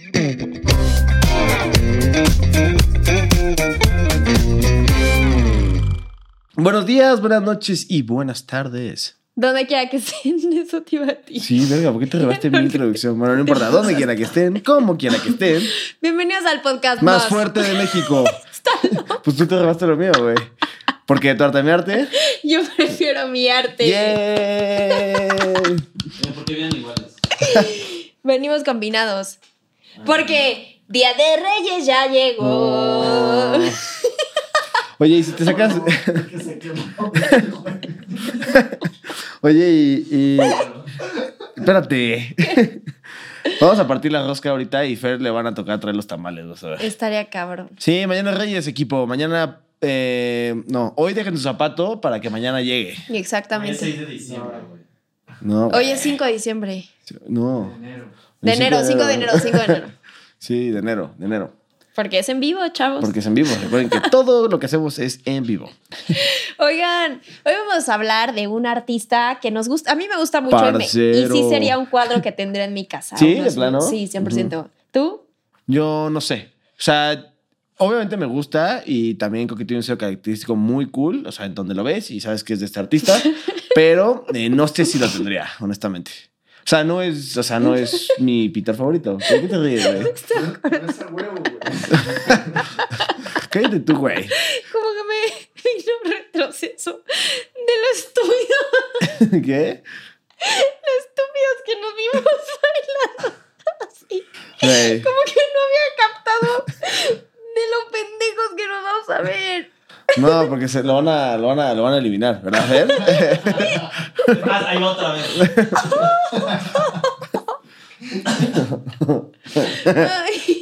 Buenos días, buenas noches y buenas tardes. Donde quiera que estén, eso te iba a ti. Sí, verga, ¿por qué te robaste mi introducción? Bueno, no importa, donde quiera que estén, como quiera que estén. Bienvenidos al podcast más fuerte de México. Pues tú te robaste lo mío, güey. ¿Por qué tartamearte? Yo prefiero mi arte. ¡Yeah! ¿Por qué vienen iguales? Venimos combinados. Porque Día de Reyes ya llegó. Oh. Oye, y si te sacas... Oye, y... Espérate. Vamos a partir la rosca ahorita y Fer le van a tocar traer los tamales, vas a ver. Estaría cabrón. Sí, mañana es Reyes, equipo. Mañana... no, hoy dejen tu zapato para que mañana llegue. Exactamente. Es 6 de diciembre, güey. No. Hoy es 5 de diciembre. No. De enero, 5 de enero, 5 de enero. Sí, de enero. Porque es en vivo, chavos. Porque es en vivo. Recuerden que todo lo que hacemos es en vivo. Oigan, hoy vamos a hablar de un artista que nos gusta. A mí me gusta mucho y sí sería un cuadro que tendré en mi casa. ¿Sí? ¿De plano? Sí, 100%. ¿Tú? Yo no sé. O sea, obviamente me gusta y también creo que tiene un sello característico muy cool. O sea, en donde lo ves y sabes que es de este artista. Pero no sé si lo tendría, honestamente. O sea, no es mi pintor favorito. ¿Por qué te ríes, güey? Cállate tú, güey. Como que me vino un retroceso de lo estúpido. ¿Qué? Lo estúpidos que nos vimos bailando así. Güey. Como que no había captado de lo pendejos que nos vamos a ver. No, porque lo van a eliminar, ¿verdad, Fer? Ahí va otra vez. Ay.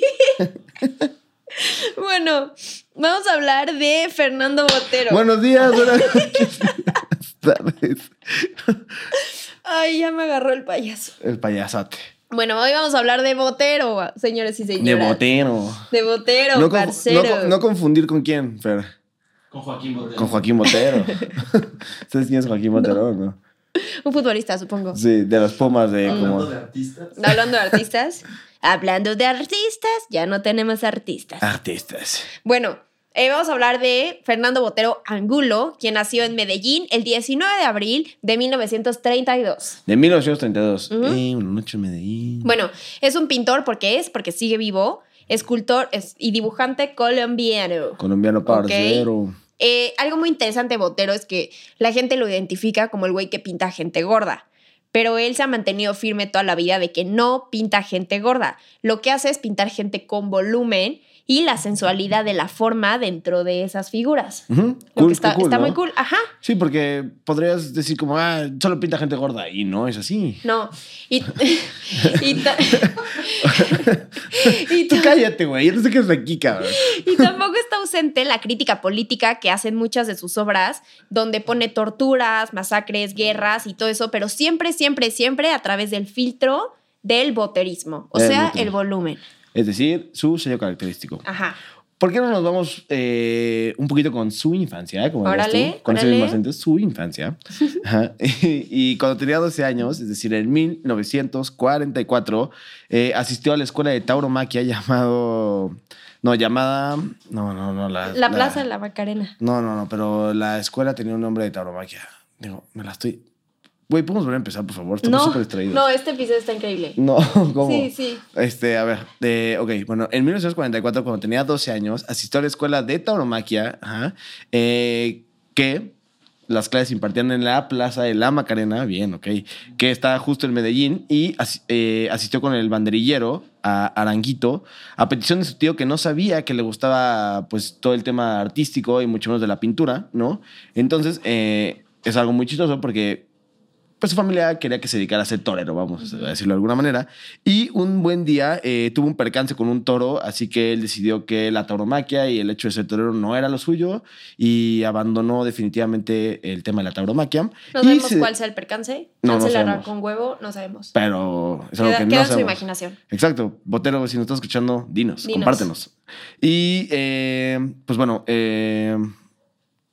Bueno, vamos a hablar de Fernando Botero. Buenos días, buenas noches, buenas tardes. Ay, ya me agarró el payaso. El payasote. Bueno, hoy vamos a hablar de Botero, señores y señoras. De Botero. De parcero. No confundir con quién, Fer. Con Joaquín Botero. Con Joaquín Botero. ¿Sabes quién es Joaquín Botero o no? Un futbolista, supongo. Sí, de los Pumas de Hablando como... de artistas. Hablando de artistas. Hablando de artistas, ya no tenemos artistas. Artistas. Bueno, vamos a hablar de Fernando Botero Angulo, quien nació en Medellín el 19 de abril de 1932. De 1932. Una noche en Medellín. Bueno, es un pintor porque sigue vivo, escultor y dibujante colombiano. Colombiano parcero. Algo muy interesante de Botero es que la gente lo identifica como el güey que pinta gente gorda. Pero él se ha mantenido firme toda la vida de que no pinta gente gorda. Lo que hace es pintar gente con volumen y la sensualidad de la forma dentro de esas figuras. Uh-huh. Lo que está ¿no? muy cool. Ajá. Sí, porque podrías decir como, solo pinta gente gorda. Y no es así. No. Tú cállate, güey. Yo no sé qué es aquí, cabrón. Y tampoco está ausente la crítica política que hacen muchas de sus obras, donde pone torturas, masacres, guerras y todo eso, pero siempre, siempre, siempre a través del filtro del boterismo. O sea, el volumen. Es decir, su sello característico. Ajá. ¿Por qué no nos vamos un poquito con su infancia? Como Órale, tú, con ese órale. mismo acento, su infancia. Ajá. Y cuando tenía 12 años, es decir, en 1944, asistió a la escuela de tauromaquia llamada... La Plaza de la Macarena. No, pero la escuela tenía un nombre de tauromaquia. Digo, me la estoy... Güey, ¿podemos volver a empezar, por favor? Estamos súper distraídos. No, este episodio está increíble. No, ¿cómo? Sí. A ver, bueno, en 1944, cuando tenía 12 años, asistió a la escuela de tauromaquia, que las clases se impartían en la Plaza de la Macarena, bien, ok, que está justo en Medellín, y asistió con el banderillero a Aranguito, a petición de su tío que no sabía que le gustaba pues todo el tema artístico y mucho menos de la pintura, ¿no? Entonces, es algo muy chistoso porque pues su familia quería que se dedicara a ser torero, vamos a decirlo de alguna manera. Y un buen día tuvo un percance con un toro, así que él decidió que la tauromaquia y el hecho de ser torero no era lo suyo y abandonó definitivamente el tema de la tauromaquia. No sabemos cuál sea el percance. No Cancelará con huevo, no sabemos. Pero es algo que no queda en sabemos. su imaginación. Exacto. Botero, si nos estás escuchando, dinos. Compártenos. Y, pues bueno,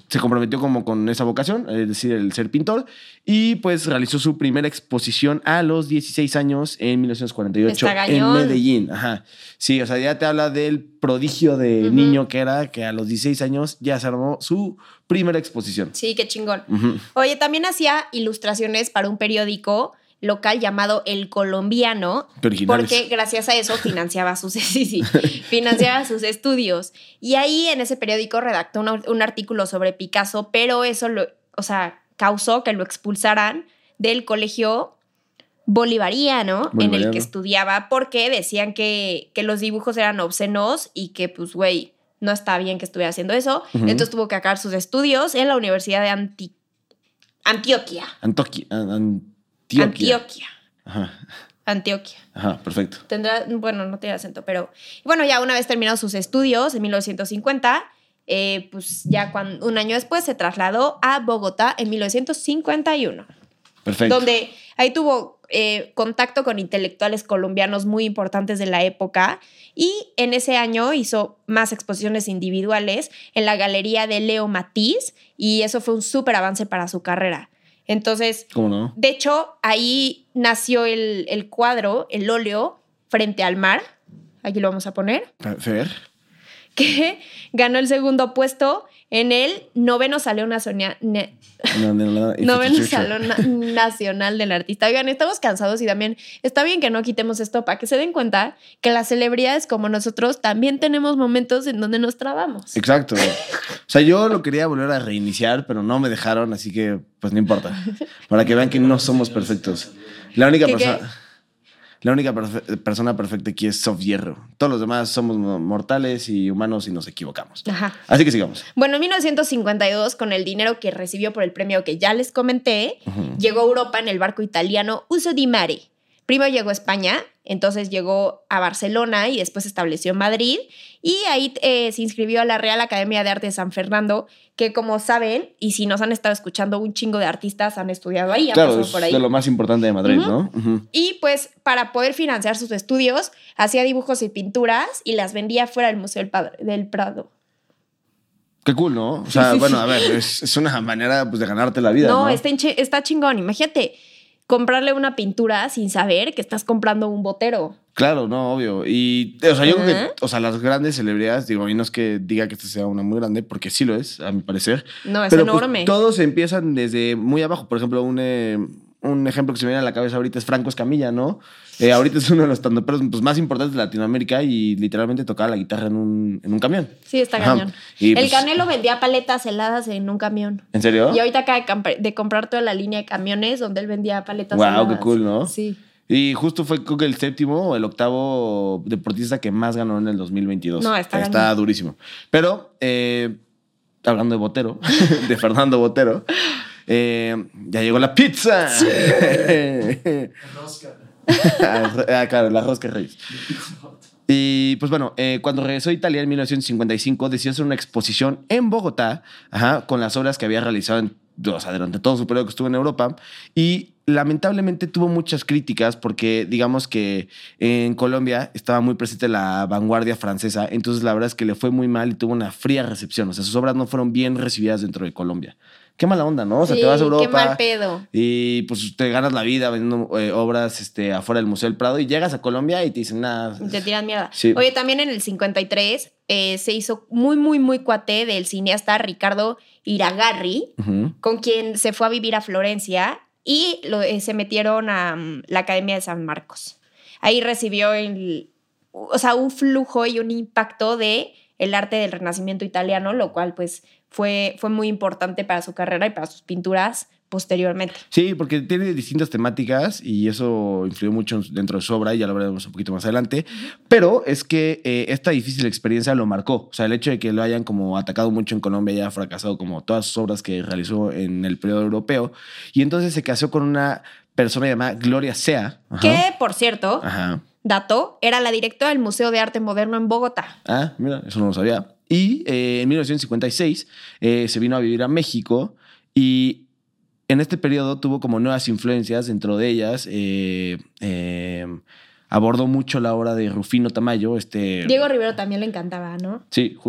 se comprometió como con esa vocación, es decir, el ser pintor, y pues realizó su primera exposición a los 16 años en 1948 Está en gañón. Medellín. Ajá. Sí, o sea, ya te habla del prodigio de niño que era, que a los 16 años ya se armó su primera exposición. Sí, qué chingón. Ujú. Oye, también hacía ilustraciones para un periódico local llamado El Colombiano, Qué originales. porque gracias a eso financiaba sus, financiaba sus estudios. Y ahí en ese periódico redactó un artículo sobre Picasso, pero eso causó que lo expulsaran del colegio bolivariano en el Bolivariano. que estudiaba, porque decían que los dibujos eran obscenos y que, pues, güey, no está bien que estuviera haciendo eso. Ujú. Entonces tuvo que acabar sus estudios en la Universidad de Antioquia. Antioquia. Ajá. Antioquia. Ajá, perfecto. Bueno, no tiene acento, pero bueno, ya una vez terminados sus estudios en 1950, pues ya un año después se trasladó a Bogotá en 1951, Perfecto. donde ahí tuvo contacto con intelectuales colombianos muy importantes de la época, y en ese año hizo más exposiciones individuales en la galería de Leo Matiz, y eso fue un súper avance para su carrera. Entonces, ¿Cómo no? de hecho, ahí nació el cuadro, el óleo, Frente al Mar. Aquí lo vamos a poner. Fer. Que ganó el segundo puesto en el noveno Salón Nacional del Artista. Oigan, estamos cansados y también está bien que no quitemos esto para que se den cuenta que las celebridades como nosotros también tenemos momentos en donde nos trabamos. Exacto. O sea, yo lo quería volver a reiniciar, pero no me dejaron, así que pues no importa. Para que vean que no somos perfectos. La única persona perfecta aquí es Sof Hierro. Todos los demás somos mortales y humanos y nos equivocamos. Ajá. Así que sigamos. Bueno, en 1952, con el dinero que recibió por el premio que ya les comenté, llegó a Europa en el barco italiano Uso di Mare. Primero llegó a España, entonces llegó a Barcelona y después se estableció en Madrid, y ahí se inscribió a la Real Academia de Arte de San Fernando, que, como saben, y si nos han estado escuchando, un chingo de artistas han estudiado ahí, han Claro, pasado es por ahí. de lo más importante de Madrid, ¿no? Ujú. Y pues para poder financiar sus estudios, hacía dibujos y pinturas y las vendía fuera del Museo del Prado. Qué cool, ¿no? O sea, bueno, a ver, es una manera pues, de ganarte la vida, ¿no? Está chingón. Imagínate comprarle una pintura sin saber que estás comprando un botero. Claro, no, obvio. Y, o sea, yo creo que, o sea, las grandes celebridades, digo, y no es que diga que esta sea una muy grande, porque sí lo es, a mi parecer. No, es pero enorme. Pues, todos empiezan desde muy abajo. Por ejemplo, un ejemplo que se me viene a la cabeza ahorita es Franco Escamilla, ¿no? Ahorita es uno de los tandoperos pues, más importantes de Latinoamérica y literalmente tocaba la guitarra en un camión. Sí, está cañón. Y, el pues, Canelo vendía paletas heladas en un camión. ¿En serio? Y ahorita acaba de comprar toda la línea de camiones donde él vendía paletas Wow, heladas. qué cool, ¿no? Sí. Y justo fue creo que el séptimo o el octavo deportista que más ganó en el 2022. No, está durísimo. Pero, hablando de Botero, de Fernando Botero, ya llegó la pizza. Sí. Rosca. Claro, la rosca Reyes. Y pues bueno, cuando regresó a Italia en 1955, decidió hacer una exposición en Bogotá, con las obras que había realizado durante todo su periodo que estuvo en Europa. Y lamentablemente tuvo muchas críticas porque digamos que en Colombia estaba muy presente la vanguardia francesa. Entonces la verdad es que le fue muy mal y tuvo una fría recepción. O sea, sus obras no fueron bien recibidas dentro de Colombia. Qué mala onda, ¿no? O sea, sí, te vas a Europa. Qué mal pedo. Y pues te ganas la vida vendiendo obras afuera del Museo del Prado y llegas a Colombia y te dicen nada. Te tiran mierda. Sí. Oye, también en el 53 se hizo muy, muy, muy cuate del cineasta Ricardo Iragarri, con quien se fue a vivir a Florencia y se metieron a la Academia de San Marcos. Ahí recibió un flujo y un impacto de el arte del Renacimiento italiano, lo cual pues fue muy importante para su carrera y para sus pinturas posteriormente. Sí, porque tiene distintas temáticas y eso influyó mucho dentro de su obra y ya lo veremos un poquito más adelante. Pero es que esta difícil experiencia lo marcó. O sea, el hecho de que lo hayan como atacado mucho en Colombia y haya fracasado como todas sus obras que realizó en el periodo europeo. Y entonces se casó con una persona llamada Gloria Sea. Que, por cierto, dato, era la directora del Museo de Arte Moderno en Bogotá. Ah, mira, eso no lo sabía. Y en 1956 se vino a vivir a México y en este periodo tuvo como nuevas influencias, dentro de ellas abordó mucho la obra de Rufino Tamayo. Diego Rivero también le encantaba, ¿no? Sí, justo.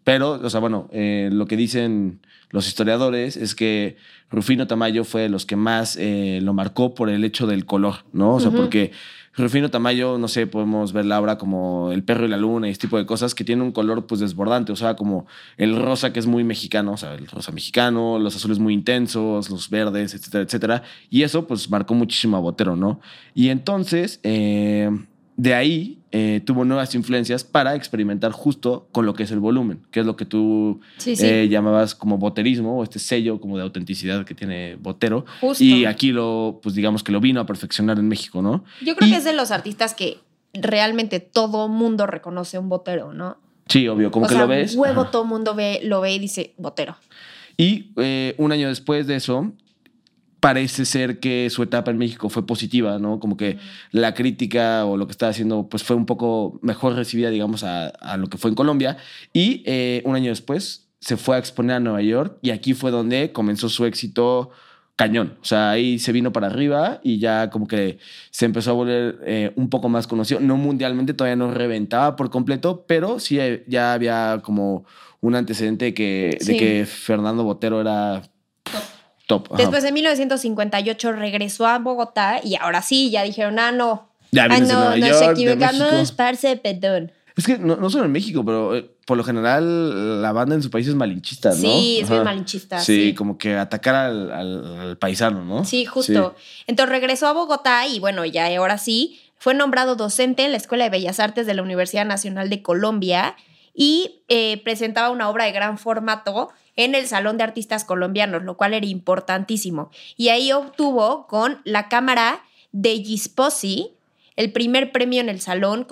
Pero, o sea, bueno, lo que dicen los historiadores es que Rufino Tamayo fue de los que más lo marcó por el hecho del color, ¿no? O sea, porque Rufino Tamayo, no sé, podemos ver la obra como El perro y la luna y este tipo de cosas que tiene un color pues desbordante, o sea, como el rosa que es muy mexicano, o sea, el rosa mexicano, los azules muy intensos, los verdes, etcétera, etcétera. Y eso pues marcó muchísimo a Botero, ¿no? Y entonces, de ahí tuvo nuevas influencias para experimentar justo con lo que es el volumen, que es lo que tú llamabas como boterismo o este sello como de autenticidad que tiene Botero. Justo. Y aquí pues digamos que lo vino a perfeccionar en México, ¿no? Yo creo que es de los artistas que realmente todo mundo reconoce un Botero, ¿no? Sí, obvio, como o que sea, lo ves. Huevo, todo mundo lo ve y dice Botero. Y un año después de eso, parece ser que su etapa en México fue positiva, ¿no? Como que la crítica o lo que estaba haciendo pues fue un poco mejor recibida, digamos, a lo que fue en Colombia. Y un año después se fue a exponer a Nueva York y aquí fue donde comenzó su éxito cañón. O sea, ahí se vino para arriba y ya como que se empezó a volver un poco más conocido. No mundialmente, todavía no reventaba por completo, pero sí ya había como un antecedente de que Fernando Botero era top. Ajá. Después de 1958 regresó a Bogotá y ahora sí, ya dijeron, no. Ya vienes de Nueva nos York, de equivocamos, México. parce, perdón. Es que no solo en México, pero por lo general la banda en su país es malinchista, ¿no? Sí, es Ajá. bien malinchista. Sí, como que atacar al paisano, ¿no? Sí, justo. Sí. Entonces regresó a Bogotá y bueno, ya ahora sí, fue nombrado docente en la Escuela de Bellas Artes de la Universidad Nacional de Colombia y presentaba una obra de gran formato en el Salón de Artistas Colombianos, lo cual era importantísimo. Y ahí obtuvo con la Cámara de Gisposi el primer premio en el salón,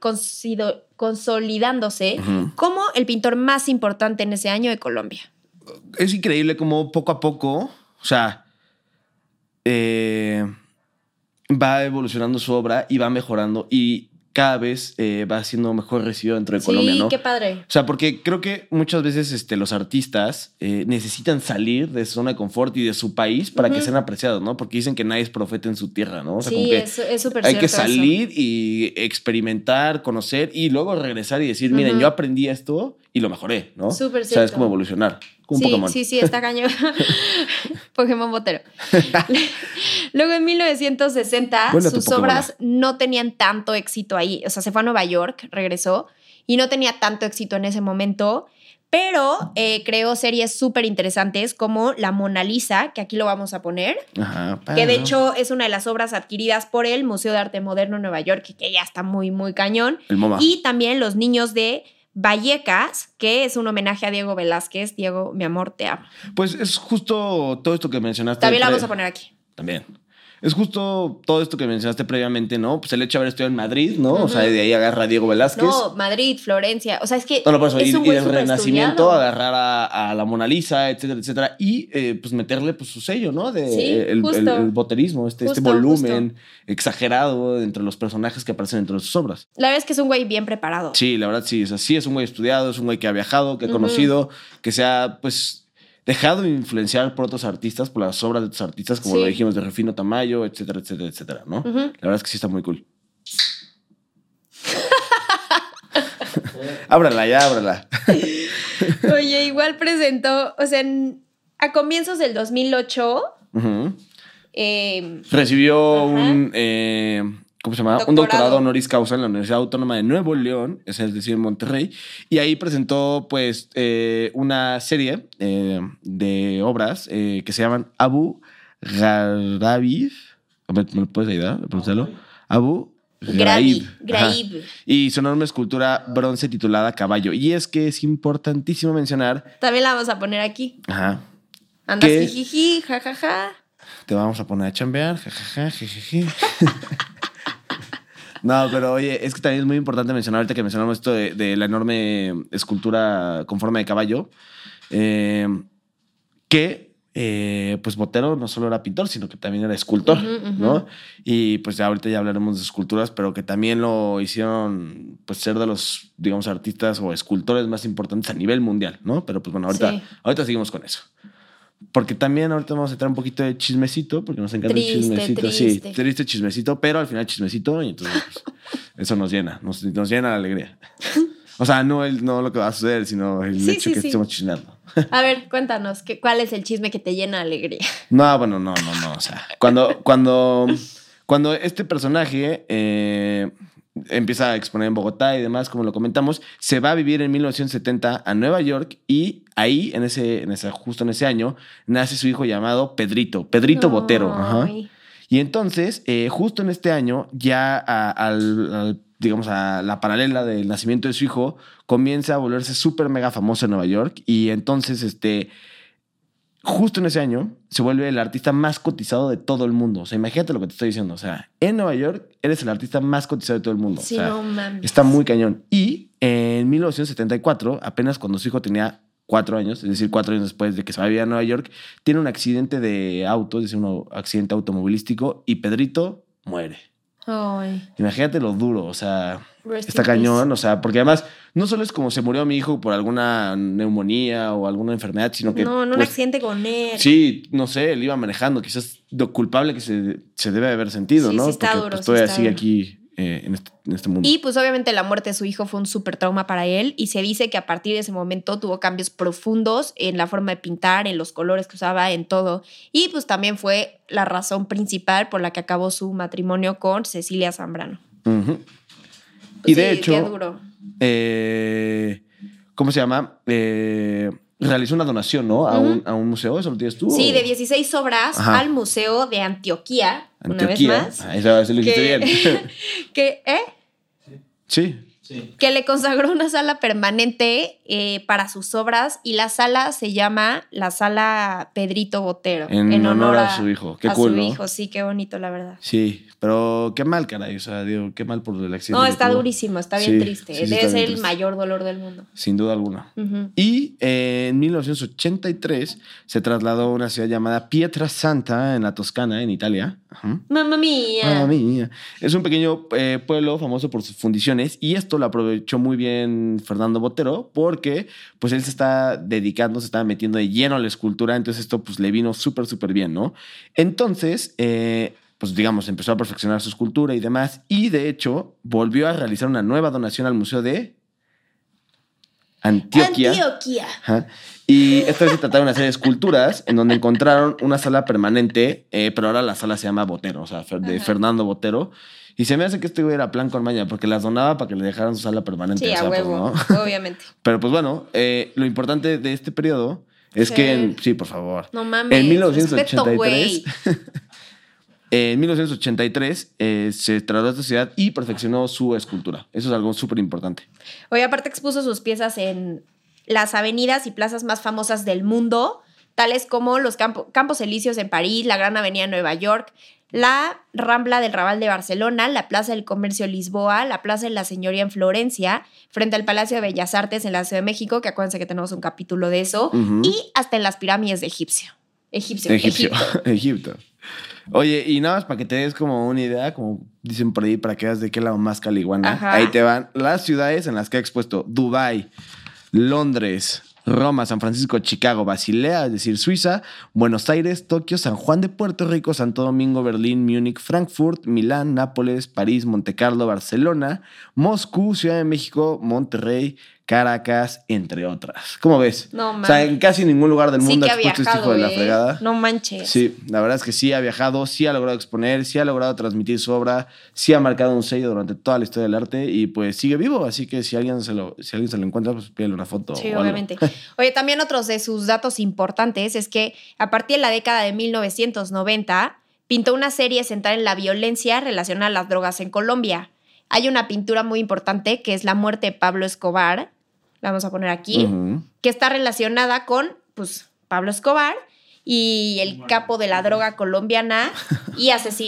consolidándose como el pintor más importante en ese año de Colombia. Es increíble cómo poco a poco, o sea, va evolucionando su obra y va mejorando y cada vez va siendo mejor recibido dentro de Colombia, ¿no? Sí, qué padre. O sea, porque creo que muchas veces los artistas necesitan salir de su zona de confort y de su país para que sean apreciados, ¿no? Porque dicen que nadie es profeta en su tierra, ¿no? O sea, Sí, como que es súper hay que cierto salir y experimentar, conocer y luego regresar y decir, miren, yo aprendí esto y lo mejoré, ¿no? Súper O sea, es cierto. como evolucionar. Como un Pokémon. Sí, está cañón. Pokémon Botero. Luego en 1960 Bueno, sus tu Pokémon. obras no tenían tanto éxito ahí. O sea, se fue a Nueva York, regresó y no tenía tanto éxito en ese momento, pero creó series súper interesantes como La Mona Lisa, que aquí lo vamos a poner, Ajá, que de hecho es una de las obras adquiridas por el Museo de Arte Moderno de Nueva York, que ya está muy, muy cañón. El MoMA. Y también Los Niños de Vallecas, que es un homenaje a Diego Velázquez. Diego, mi amor, te amo. Pues es justo todo esto que mencionaste. También la vamos a poner aquí. También. Es justo todo esto que mencionaste previamente, ¿no? Pues el hecho de haber estudiado en Madrid, ¿no? O sea, de ahí agarra a Diego Velázquez. No, Madrid, Florencia. O sea, es que No, por eso, es un y güey del súper Renacimiento estudiado. agarrar a la Mona Lisa, etcétera, etcétera. Y pues meterle pues su sello, ¿no? De Sí, el justo. el boterismo, este Justo, volumen exagerado entre los personajes que aparecen dentro de sus obras. La verdad es que es un güey bien preparado. Sí, la verdad sí. O sea, sí es un güey estudiado, es un güey que ha viajado, que ha conocido, que se ha pues dejado de influenciar por otros artistas, por las obras de otros artistas, como Sí. lo dijimos de Rufino Tamayo, etcétera, etcétera, etcétera, ¿no? La verdad es que sí está muy cool. Ábrala, ya, ábrala. Oye, igual presentó, o sea, a comienzos del 2008, Ujú. eh, Recibió Ajá. ¿cómo se llama? Un Doctorado. doctorado honoris causa en la Universidad Autónoma de Nuevo León, es decir, en Monterrey, y ahí presentó pues una serie de obras que se llaman Abu Ghraib. ¿Me lo puedes ayudar a pronunciarlo? Abu Ghraib. Ajá. Graib. Y su enorme escultura bronce titulada Caballo. Y es que es importantísimo mencionar, También la vamos a poner aquí. ajá, Andas ¿Qué? jijiji, jajaja. te vamos a poner a chambear, jajaja, jejeje. No, pero oye, es que también es muy importante mencionar, ahorita que mencionamos esto de la enorme escultura con forma de caballo, que pues Botero no solo era pintor, sino que también era escultor, ¿no? Y pues ahorita ya hablaremos de esculturas, pero que también lo hicieron pues ser de los, digamos, artistas o escultores más importantes a nivel mundial, ¿no? Pero pues bueno, ahorita seguimos con eso. Porque también ahorita vamos a entrar un poquito de chismecito, porque nos encanta Triste, el chismecito. triste. Sí, triste chismecito, pero al final chismecito, y entonces pues, eso nos llena, nos llena la alegría. O sea, no lo que va a suceder, sino el Sí, hecho sí, que sí. estemos chismeando. A ver, cuéntanos, ¿cuál es el chisme que te llena de alegría? No, bueno, no. O sea, cuando este personaje empieza a exponer en Bogotá y demás, como lo comentamos, se va a vivir en 1970 a Nueva York y ahí, justo en ese año, nace su hijo llamado Pedrito Botero. Ajá. Ay. Y entonces, justo en este año, ya digamos, a la paralela del nacimiento de su hijo, comienza a volverse súper mega famoso en Nueva York. Y entonces, justo en ese año, se vuelve el artista más cotizado de todo el mundo. O sea, imagínate lo que te estoy diciendo. O sea, en Nueva York eres el artista más cotizado de todo el mundo. Sí, o sea, no mames. está muy cañón. Y en 1974, apenas cuando su hijo tenía 4 años, es decir, 4 años después de que se va a vivir a Nueva York, tiene un accidente de auto, es decir, un accidente automovilístico, y Pedrito muere. Ay. Imagínate lo duro, o sea, Rest está in cañón, peace. o sea, porque además no solo es como se murió mi hijo por alguna neumonía o alguna enfermedad, sino que... No, en un pues, accidente con él. sí, no sé, él iba manejando, quizás lo culpable que se debe haber sentido, Sí, ¿no? sí está porque duro, pues, sí todavía está sigue duro. aquí en este mundo. Y pues obviamente la muerte de su hijo fue un súper trauma para él y se dice que a partir de ese momento tuvo cambios profundos en la forma de pintar, en los colores que usaba, en todo. Y pues también fue la razón principal por la que acabó su matrimonio con Cecilia Zambrano. Ujú. Pues Y de sí, hecho, qué duro. ¿cómo se llama? Realizó una donación, ¿no? A un museo, ¿eso lo tienes tú? Sí, o? de 16 obras Ajá. al Museo de Antioquía, Antioquía. una vez más. Ah, eso lo dijiste bien. Sí. Sí. Que le consagró una sala permanente para sus obras y la sala se llama la Sala Pedrito Botero. En honor a su hijo. Qué a cool, su ¿no? hijo, sí, qué bonito, la verdad. Sí, pero qué mal, caray. O sea, digo, qué mal por el accidente. No, que está tuvo. durísimo, está bien Sí, triste. sí, sí, Debe está ser bien el triste. mayor dolor del mundo. Sin duda alguna. Ujú. Y en 1983 se trasladó a una ciudad llamada Pietrasanta, en la Toscana, en Italia. Ajá. Mamma mía. Mamma mía. Es un pequeño pueblo famoso por sus fundiciones y esto lo aprovechó muy bien Fernando Botero porque pues él se está dedicando, se está metiendo de lleno a la escultura, entonces esto pues le vino súper, súper bien, ¿no? Entonces, pues digamos, empezó a perfeccionar su escultura y demás y de hecho volvió a realizar una nueva donación al Museo de Antioquia. Ajá. Y esta vez se trataron de una serie de esculturas en donde encontraron una sala permanente, pero ahora la sala se llama Botero, o sea, de Ajá. Fernando Botero. Y se me hace que este güey era plan con maña, porque las donaba para que le dejaran su sala permanente. Sí, o sea, a pues, huevo, ¿no? obviamente. Pero pues bueno, lo importante de este periodo es Sí. que, sí, por favor. No mames. En Respeto, 1983, güey. en 1983 se trasladó a esta ciudad y perfeccionó su escultura. Eso es algo súper importante. Oye, aparte expuso sus piezas en las avenidas y plazas más famosas del mundo, tales como los Campos Elíseos en París, la Gran Avenida de Nueva York, la Rambla del Raval de Barcelona, la Plaza del Comercio Lisboa, la Plaza de la Señoría en Florencia, frente al Palacio de Bellas Artes en la Ciudad de México, que acuérdense que tenemos un capítulo de eso, Ujú. y hasta en las pirámides de Egipto. Egipto. Egipto. Oye, y nada más para que te des como una idea, como dicen por ahí, para que veas de qué lado más caliguana. Ajá. Ahí te van las ciudades en las que ha expuesto: Dubái, Londres, Roma, San Francisco, Chicago, Basilea, es decir, Suiza, Buenos Aires, Tokio, San Juan de Puerto Rico, Santo Domingo, Berlín, Múnich, Frankfurt, Milán, Nápoles, París, Montecarlo, Barcelona, Moscú, Ciudad de México, Monterrey, Caracas, entre otras. ¿Cómo ves? No, O sea, mames. en casi ningún lugar del Sí mundo que ha ha expuesto este hijo viajado, de la fregada. No manches. Sí, la verdad es que sí ha viajado, sí ha logrado exponer, sí ha logrado transmitir su obra, sí ha marcado un sello durante toda la historia del arte y pues sigue vivo, así que si alguien se lo encuentra, pues pídele una foto. Sí, o algo. obviamente. Oye, también otros de sus datos importantes es que a partir de la década de 1990 pintó una serie centrada en la violencia relacionada a las drogas en Colombia. Hay una pintura muy importante que es La muerte de Pablo Escobar, la vamos a poner aquí, Ujú. que está relacionada con, pues, Pablo Escobar y el capo de la droga colombiana y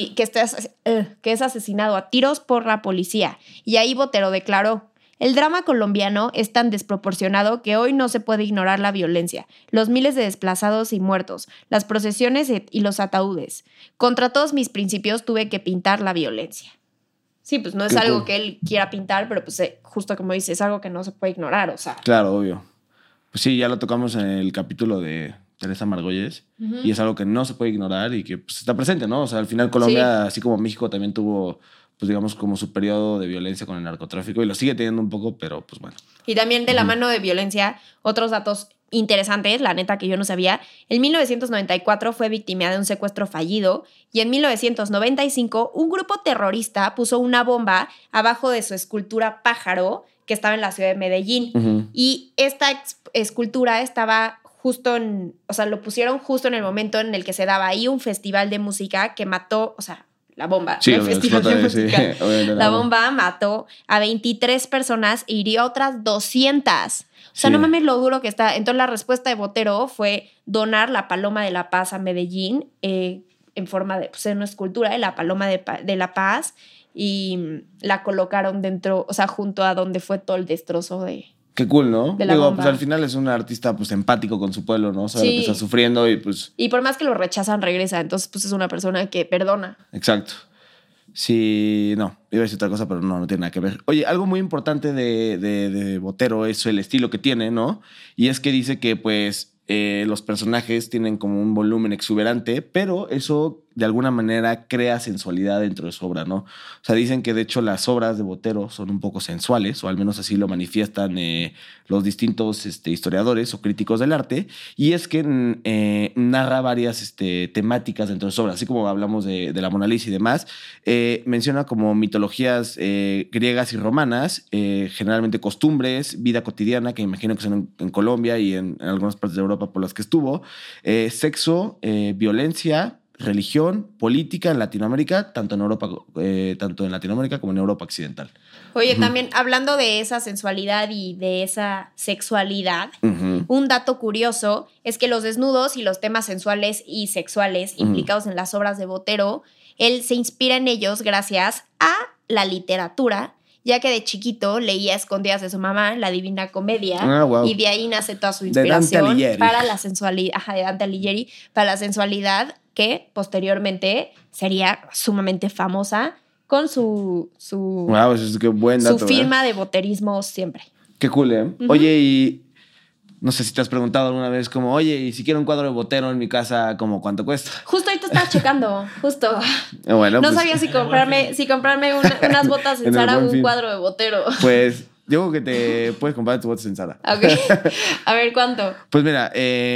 que es asesinado a tiros por la policía. Y ahí Botero declaró: el drama colombiano es tan desproporcionado que hoy no se puede ignorar la violencia, los miles de desplazados y muertos, las procesiones y los ataúdes. Contra todos mis principios tuve que pintar la violencia. Sí, pues no es Qué algo cool. que él quiera pintar, pero pues justo como dice, es algo que no se puede ignorar, o sea. Claro, obvio. Pues sí, ya lo tocamos en el capítulo de Teresa Margolles y es algo que no se puede ignorar y que pues, está presente, ¿no? O sea, al final Colombia, así como México, también tuvo pues digamos, como su periodo de violencia con el narcotráfico y lo sigue teniendo un poco, pero pues bueno. Y también de la mano de violencia, otros datos interesantes, la neta que yo no sabía. En 1994 fue víctima de un secuestro fallido y en 1995 un grupo terrorista puso una bomba abajo de su escultura pájaro que estaba en la ciudad de Medellín. Ujú. Y esta escultura estaba justo lo pusieron justo en el momento en el que se daba ahí un festival de música que mató, la bomba, Sí, no el festival de música. Sí, obviamente La bomba mató a 23 personas e hirió a otras 200. O sea, Sí. no mames lo duro que está. Entonces la respuesta de Botero fue donar la Paloma de la Paz a Medellín en forma de, pues, en una escultura de la Paloma de la Paz y la colocaron dentro, junto a donde fue todo el destrozo de... Qué cool, ¿no? De la Digo, bomba. pues al final es un artista pues empático con su pueblo, ¿no? Sabe lo Sí. que está sufriendo y pues... Y por más que lo rechazan, regresa. Entonces, pues es una persona que perdona. Exacto. Sí, no, iba a decir otra cosa, pero no tiene nada que ver. Oye, algo muy importante de Botero es el estilo que tiene, ¿no? Y es que dice que, pues, los personajes tienen como un volumen exuberante, pero eso de alguna manera crea sensualidad dentro de su obra, ¿no? O sea, dicen que de hecho las obras de Botero son un poco sensuales, o al menos así lo manifiestan los distintos historiadores o críticos del arte, y es que narra varias temáticas dentro de su obra, así como hablamos de la Mona Lisa y demás, menciona como mitologías griegas y romanas, generalmente costumbres, vida cotidiana, que imagino que son en Colombia y en algunas partes de Europa por las que estuvo, sexo, violencia, religión, política en Latinoamérica, tanto en Latinoamérica como en Europa occidental. Oye, también hablando de esa sensualidad y de esa sexualidad, Uh-huh. un dato curioso es que los desnudos y los temas sensuales y sexuales implicados en las obras de Botero, él se inspira en ellos gracias a la literatura, ya que de chiquito leía a escondidas de su mamá La Divina Comedia, Wow. y de ahí nace toda su De Dante inspiración Alighieri. para la sensualidad, de Dante Alighieri, para la sensualidad que posteriormente sería sumamente famosa con su Wow, eso es que buen dato. su firma de boterismo siempre. Qué cool, ¿eh? Ujú. Oye, y no sé si te has preguntado alguna vez como, oye, y si quiero un cuadro de Botero en mi casa, como ¿cuánto cuesta? Justo ahí te estaba checando, justo. Bueno, No pues, sabía si comprarme unas botas en En el Zara o Buen un Fin. cuadro de Botero. pues yo creo que te puedes comprar tus botas en Zara. Ok. A ver, ¿cuánto? Pues mira,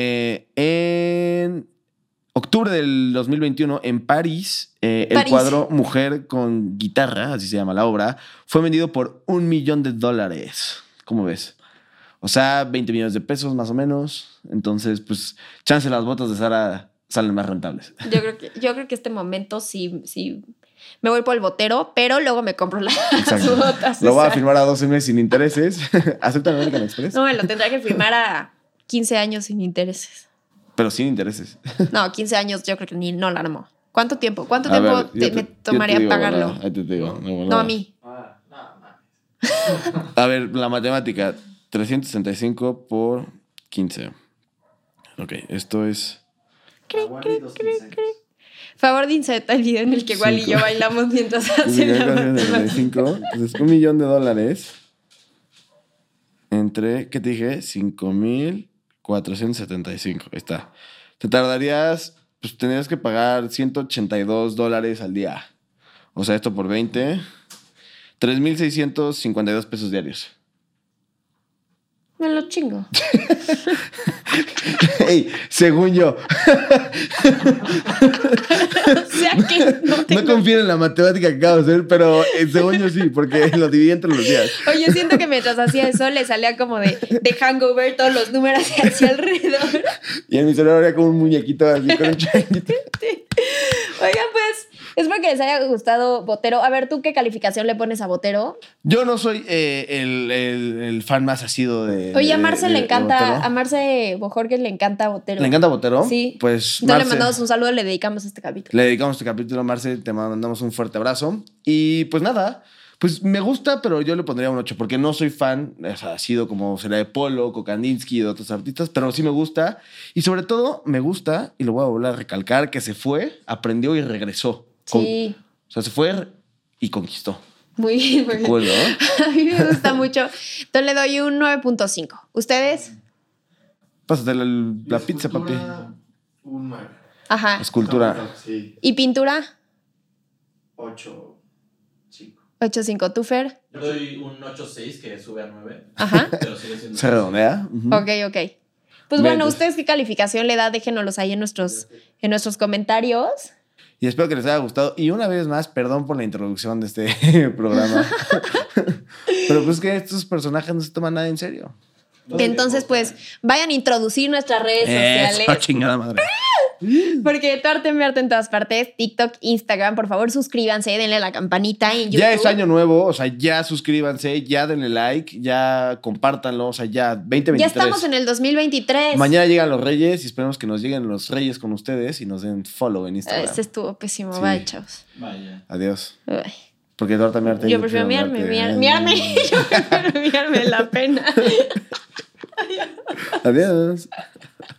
en octubre del 2021, en París, el París. cuadro Mujer con guitarra, así se llama la obra, fue vendido por $1 millón. ¿Cómo ves? O sea, 20 millones de pesos más o menos. Entonces, pues, chance las botas de Zara salen más rentables. Yo creo que este momento sí me voy por el Botero, pero luego me compro las Exacto. botas. Lo voy a Zara. firmar a 12 meses sin intereses. ¿Aceptan American Express? No, me lo tendrá que firmar a 15 años sin intereses. Pero sin intereses. No, 15 años yo creo que no la armo. ¿Cuánto tiempo? ¿Cuánto A tiempo ver, yo me te tomaría digo, pagarlo? ¿verdad? Ahí te digo. No, a mí. A ver, la matemática. 365 por 15. Ok, esto es... Favor de insertar el video en el que Wally y yo bailamos mientras hacen la matemática. 365. Entonces, $1 millón entre, ¿qué te dije? 5,475. Ahí está. Te tardarías, pues tendrías que pagar $182 al día. O sea, esto por 20. 3,652 pesos diarios. Me lo chingo. Ey, según yo. O sea que no No tengo... confío en la matemática que acabo de hacer, pero según yo sí, porque lo dividí entre los días. Oye, siento que mientras hacía eso le salía como de hangover todos los números hacia alrededor. Y en mi cerebro era como un muñequito así con un changuito. Oigan, pues, espero que les haya gustado Botero. A ver, ¿tú qué calificación le pones a Botero? Yo no soy el fan más asido de. Oye, a Marce le de encanta, Botero. a Marce Bojorquez le encanta Botero. ¿Le encanta Botero? Sí. Pues Entonces le Marce, mandamos un saludo, le dedicamos este capítulo. le dedicamos este capítulo a Marce, te mandamos un fuerte abrazo. Y pues nada, pues me gusta, pero yo le pondría un 8, porque no soy fan, o sea, ha sido como será de Polo, Kokandinsky y de otros artistas, pero sí me gusta. Y sobre todo me gusta, y lo voy a volver a recalcar, que se fue, aprendió y regresó. Sí, O sea, se fue y conquistó. muy bien, muy bien. Cool, ¿no? A mí me gusta mucho. Entonces le doy un 9.5. ¿Ustedes? Pásate la pizza, papi. Un 9. Ajá. Escultura. Sí, ¿Y pintura? 8. 8.5, ¿tú, Fer? Yo doy un 8.6 que sube a 9. Ajá. Pero sigue siendo. Se redondea. Ujú. Ok. Pues bueno, Bien, ¿ustedes qué calificación le da? Déjenoslos ahí en nuestros comentarios. Y espero que les haya gustado. Y una vez más, perdón por la introducción de este programa. Pero pues que estos personajes no se toman nada en serio. Entonces, pues, vayan a introducir nuestras redes Eso, sociales. chingada madre. Porque Tu Arte Me Arte en todas partes. TikTok, Instagram. Por favor, suscríbanse, denle a la campanita en YouTube. Ya es año nuevo, o sea, ya suscríbanse, ya denle like, ya compártanlo, o sea, ya 2023. Ya estamos en el 2023. Mañana llegan los Reyes y esperemos que nos lleguen los Reyes con ustedes y nos den follow en Instagram. Este estuvo pésimo. Sí. Bye, chavos. Vaya. Adiós. Ay. Porque tú también arte. Yo prefiero miarme. Yo prefiero miarme la pena. Adiós.